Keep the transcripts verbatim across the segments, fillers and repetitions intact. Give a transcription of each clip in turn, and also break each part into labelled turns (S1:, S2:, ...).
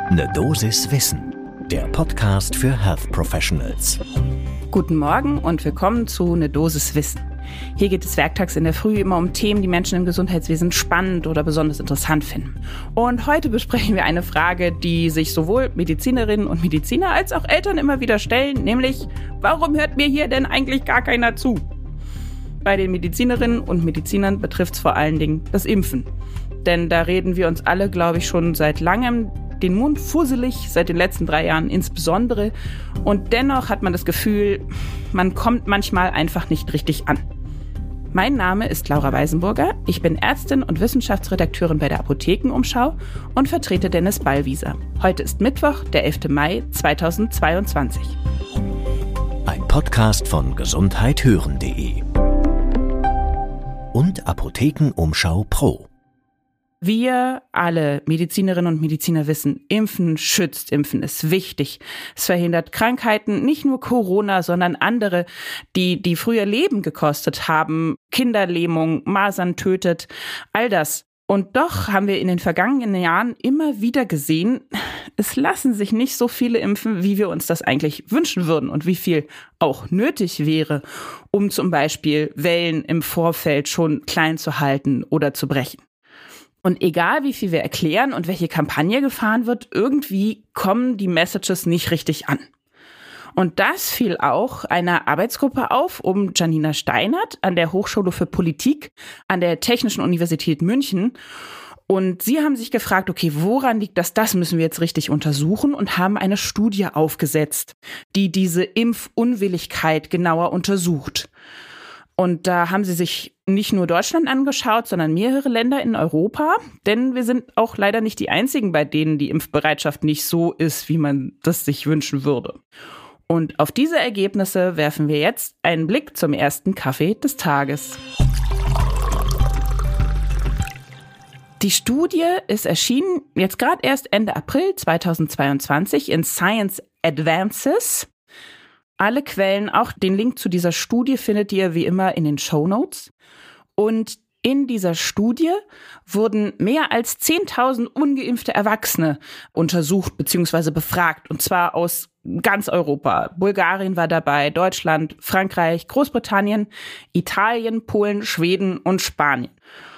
S1: Ne Dosis Wissen, der Podcast für Health Professionals.
S2: Guten Morgen und willkommen zu Ne Dosis Wissen. Hier geht es werktags in der Früh immer um Themen, die Menschen im Gesundheitswesen spannend oder besonders interessant finden. Und heute besprechen wir eine Frage, die sich sowohl Medizinerinnen und Mediziner als auch Eltern immer wieder stellen, nämlich: Warum hört mir hier denn eigentlich gar keiner zu? Bei den Medizinerinnen und Medizinern betrifft es vor allen Dingen das Impfen. Denn da reden wir uns alle, glaube ich, schon seit langem den Mund fusselig, seit den letzten drei Jahren insbesondere. Und dennoch hat man das Gefühl, man kommt manchmal einfach nicht richtig an. Mein Name ist Laura Weisenburger. Ich bin Ärztin und Wissenschaftsredakteurin bei der Apothekenumschau und vertrete Dennis Ballwieser. Heute ist Mittwoch, der elfter Mai zweitausendzweiundzwanzig.
S1: Ein Podcast von gesundheit hören punkt de und Apothekenumschau Pro.
S2: Wir alle Medizinerinnen und Mediziner wissen, Impfen schützt, Impfen ist wichtig. Es verhindert Krankheiten, nicht nur Corona, sondern andere, die, die früher Leben gekostet haben. Kinderlähmung, Masern tötet, all das. Und doch haben wir in den vergangenen Jahren immer wieder gesehen, es lassen sich nicht so viele impfen, wie wir uns das eigentlich wünschen würden und wie viel auch nötig wäre, um zum Beispiel Wellen im Vorfeld schon klein zu halten oder zu brechen. Und egal, wie viel wir erklären und welche Kampagne gefahren wird, irgendwie kommen die Messages nicht richtig an. Und das fiel auch einer Arbeitsgruppe auf um Janina Steinert an der Hochschule für Politik an der Technischen Universität München. Und sie haben sich gefragt, okay, woran liegt das? Das müssen wir jetzt richtig untersuchen und haben eine Studie aufgesetzt, die diese Impfunwilligkeit genauer untersucht. Und da haben sie sich nicht nur Deutschland angeschaut, sondern mehrere Länder in Europa. Denn wir sind auch leider nicht die einzigen, bei denen die Impfbereitschaft nicht so ist, wie man das sich wünschen würde. Und auf diese Ergebnisse werfen wir jetzt einen Blick zum ersten Kaffee des Tages. Die Studie ist erschienen jetzt gerade erst Ende April zweitausendzweiundzwanzig in Science Advances. Alle Quellen, auch den Link zu dieser Studie findet ihr wie immer in den Shownotes. Und in dieser Studie wurden mehr als zehntausend ungeimpfte Erwachsene untersucht bzw. befragt. Und zwar aus ganz Europa. Bulgarien war dabei, Deutschland, Frankreich, Großbritannien, Italien, Polen, Schweden und Spanien.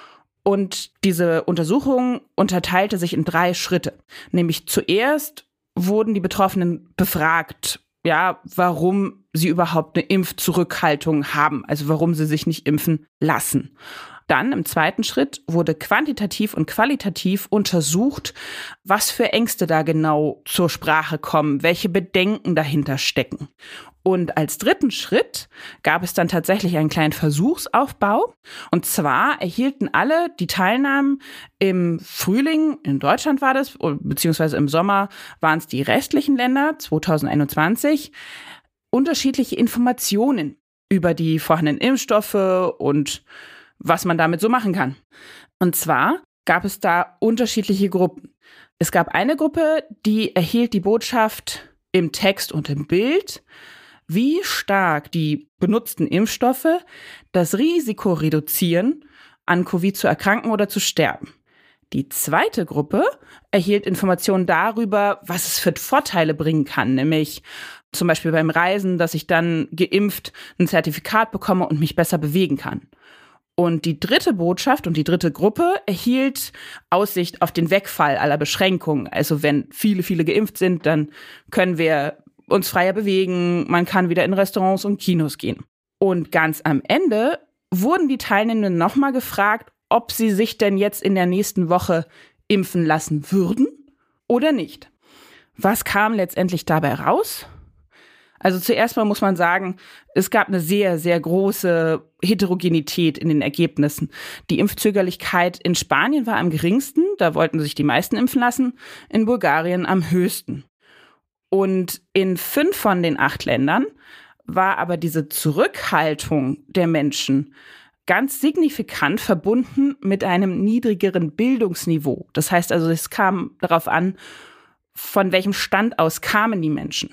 S2: Und diese Untersuchung unterteilte sich in drei Schritte. Nämlich zuerst wurden die Betroffenen befragt, ja, warum sie überhaupt eine Impfzurückhaltung haben, also warum sie sich nicht impfen lassen. Dann im zweiten Schritt wurde quantitativ und qualitativ untersucht, was für Ängste da genau zur Sprache kommen, welche Bedenken dahinter stecken. Und als dritten Schritt gab es dann tatsächlich einen kleinen Versuchsaufbau. Und zwar erhielten alle, die teilnahmen, im Frühling, in Deutschland war das, beziehungsweise im Sommer waren es die restlichen Länder, zweitausendeinundzwanzig, unterschiedliche Informationen über die vorhandenen Impfstoffe und was man damit so machen kann. Und zwar gab es da unterschiedliche Gruppen. Es gab eine Gruppe, die erhielt die Botschaft im Text und im Bild, wie stark die benutzten Impfstoffe das Risiko reduzieren, an Covid zu erkranken oder zu sterben. Die zweite Gruppe erhielt Informationen darüber, was es für Vorteile bringen kann, nämlich zum Beispiel beim Reisen, dass ich dann geimpft ein Zertifikat bekomme und mich besser bewegen kann. Und die dritte Botschaft und die dritte Gruppe erhielt Aussicht auf den Wegfall aller Beschränkungen. Also wenn viele, viele geimpft sind, dann können wir uns freier bewegen, man kann wieder in Restaurants und Kinos gehen. Und ganz am Ende wurden die Teilnehmenden nochmal gefragt, ob sie sich denn jetzt in der nächsten Woche impfen lassen würden oder nicht. Was kam letztendlich dabei raus? Also zuerst mal muss man sagen, es gab eine sehr, sehr große Heterogenität in den Ergebnissen. Die Impfzögerlichkeit in Spanien war am geringsten, da wollten sich die meisten impfen lassen, in Bulgarien am höchsten. Und in fünf von den acht Ländern war aber diese Zurückhaltung der Menschen ganz signifikant verbunden mit einem niedrigeren Bildungsniveau. Das heißt also, es kam darauf an, von welchem Stand aus kamen die Menschen.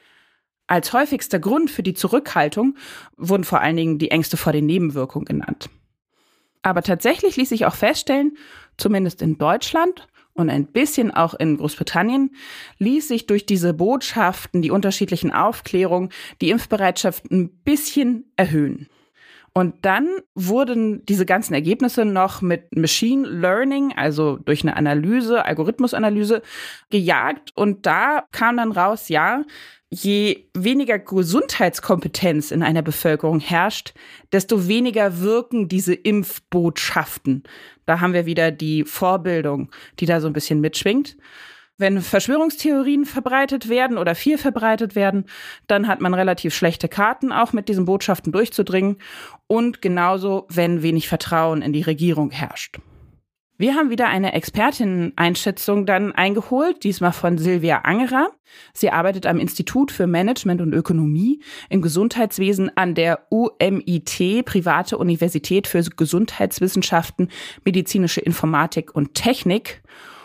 S2: Als häufigster Grund für die Zurückhaltung wurden vor allen Dingen die Ängste vor den Nebenwirkungen genannt. Aber tatsächlich ließ sich auch feststellen, zumindest in Deutschland und ein bisschen auch in Großbritannien, ließ sich durch diese Botschaften, die unterschiedlichen Aufklärungen, die Impfbereitschaft ein bisschen erhöhen. Und dann wurden diese ganzen Ergebnisse noch mit Machine Learning, also durch eine Analyse, Algorithmusanalyse, gejagt. Und da kam dann raus, ja, je weniger Gesundheitskompetenz in einer Bevölkerung herrscht, desto weniger wirken diese Impfbotschaften. Da haben wir wieder die Vorbildung, die da so ein bisschen mitschwingt. Wenn Verschwörungstheorien verbreitet werden oder viel verbreitet werden, dann hat man relativ schlechte Karten, auch mit diesen Botschaften durchzudringen. Und genauso, wenn wenig Vertrauen in die Regierung herrscht. Wir haben wieder eine Expertinnen-Einschätzung dann eingeholt, diesmal von Silvia Angerer. Sie arbeitet am Institut für Management und Ökonomie im Gesundheitswesen an der U M I T, Private Universität für Gesundheitswissenschaften, medizinische Informatik und Technik.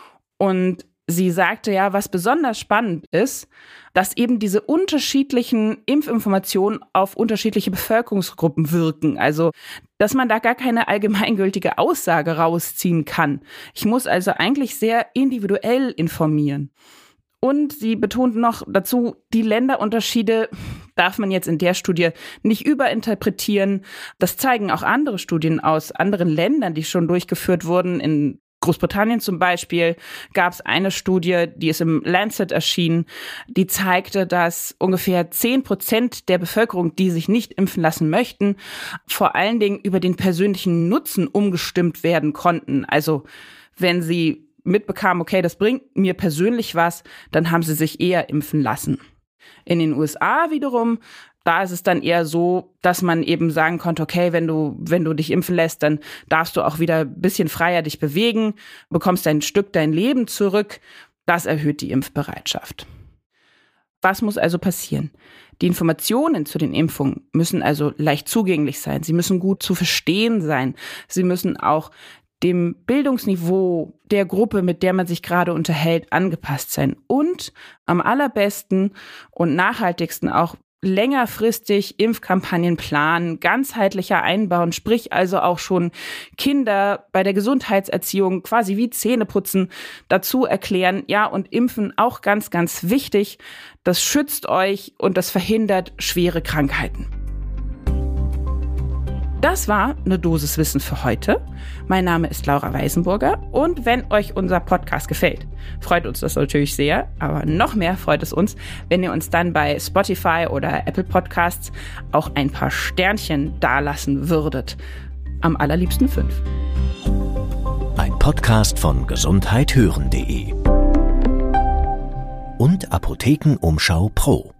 S2: Und sie sagte ja, was besonders spannend ist, dass eben diese unterschiedlichen Impfinformationen auf unterschiedliche Bevölkerungsgruppen wirken. Also, dass man da gar keine allgemeingültige Aussage rausziehen kann. Ich muss also eigentlich sehr individuell informieren. Und sie betont noch dazu, die Länderunterschiede darf man jetzt in der Studie nicht überinterpretieren. Das zeigen auch andere Studien aus anderen Ländern, die schon durchgeführt wurden. In Großbritannien zum Beispiel gab es eine Studie, die ist im Lancet erschienen, die zeigte, dass ungefähr zehn Prozent der Bevölkerung, die sich nicht impfen lassen möchten, vor allen Dingen über den persönlichen Nutzen umgestimmt werden konnten. Also wenn sie mitbekamen, okay, das bringt mir persönlich was, dann haben sie sich eher impfen lassen. In den U S A wiederum, da ist es dann eher so, dass man eben sagen konnte, okay, wenn du, wenn du dich impfen lässt, dann darfst du auch wieder ein bisschen freier dich bewegen, bekommst ein Stück dein Leben zurück. Das erhöht die Impfbereitschaft. Was muss also passieren? Die Informationen zu den Impfungen müssen also leicht zugänglich sein. Sie müssen gut zu verstehen sein. Sie müssen auch dem Bildungsniveau der Gruppe, mit der man sich gerade unterhält, angepasst sein. Und am allerbesten und nachhaltigsten auch längerfristig Impfkampagnen planen, ganzheitlicher einbauen, sprich also auch schon Kinder bei der Gesundheitserziehung quasi wie Zähneputzen dazu erklären, ja, und Impfen auch ganz, ganz wichtig. Das schützt euch und das verhindert schwere Krankheiten. Das war eine Dosis Wissen für heute. Mein Name ist Laura Weisenburger und wenn euch unser Podcast gefällt, freut uns das natürlich sehr, aber noch mehr freut es uns, wenn ihr uns dann bei Spotify oder Apple Podcasts auch ein paar Sternchen dalassen würdet. Am allerliebsten fünf.
S1: Ein Podcast von gesundheit hören punkt de und Apothekenumschau Pro.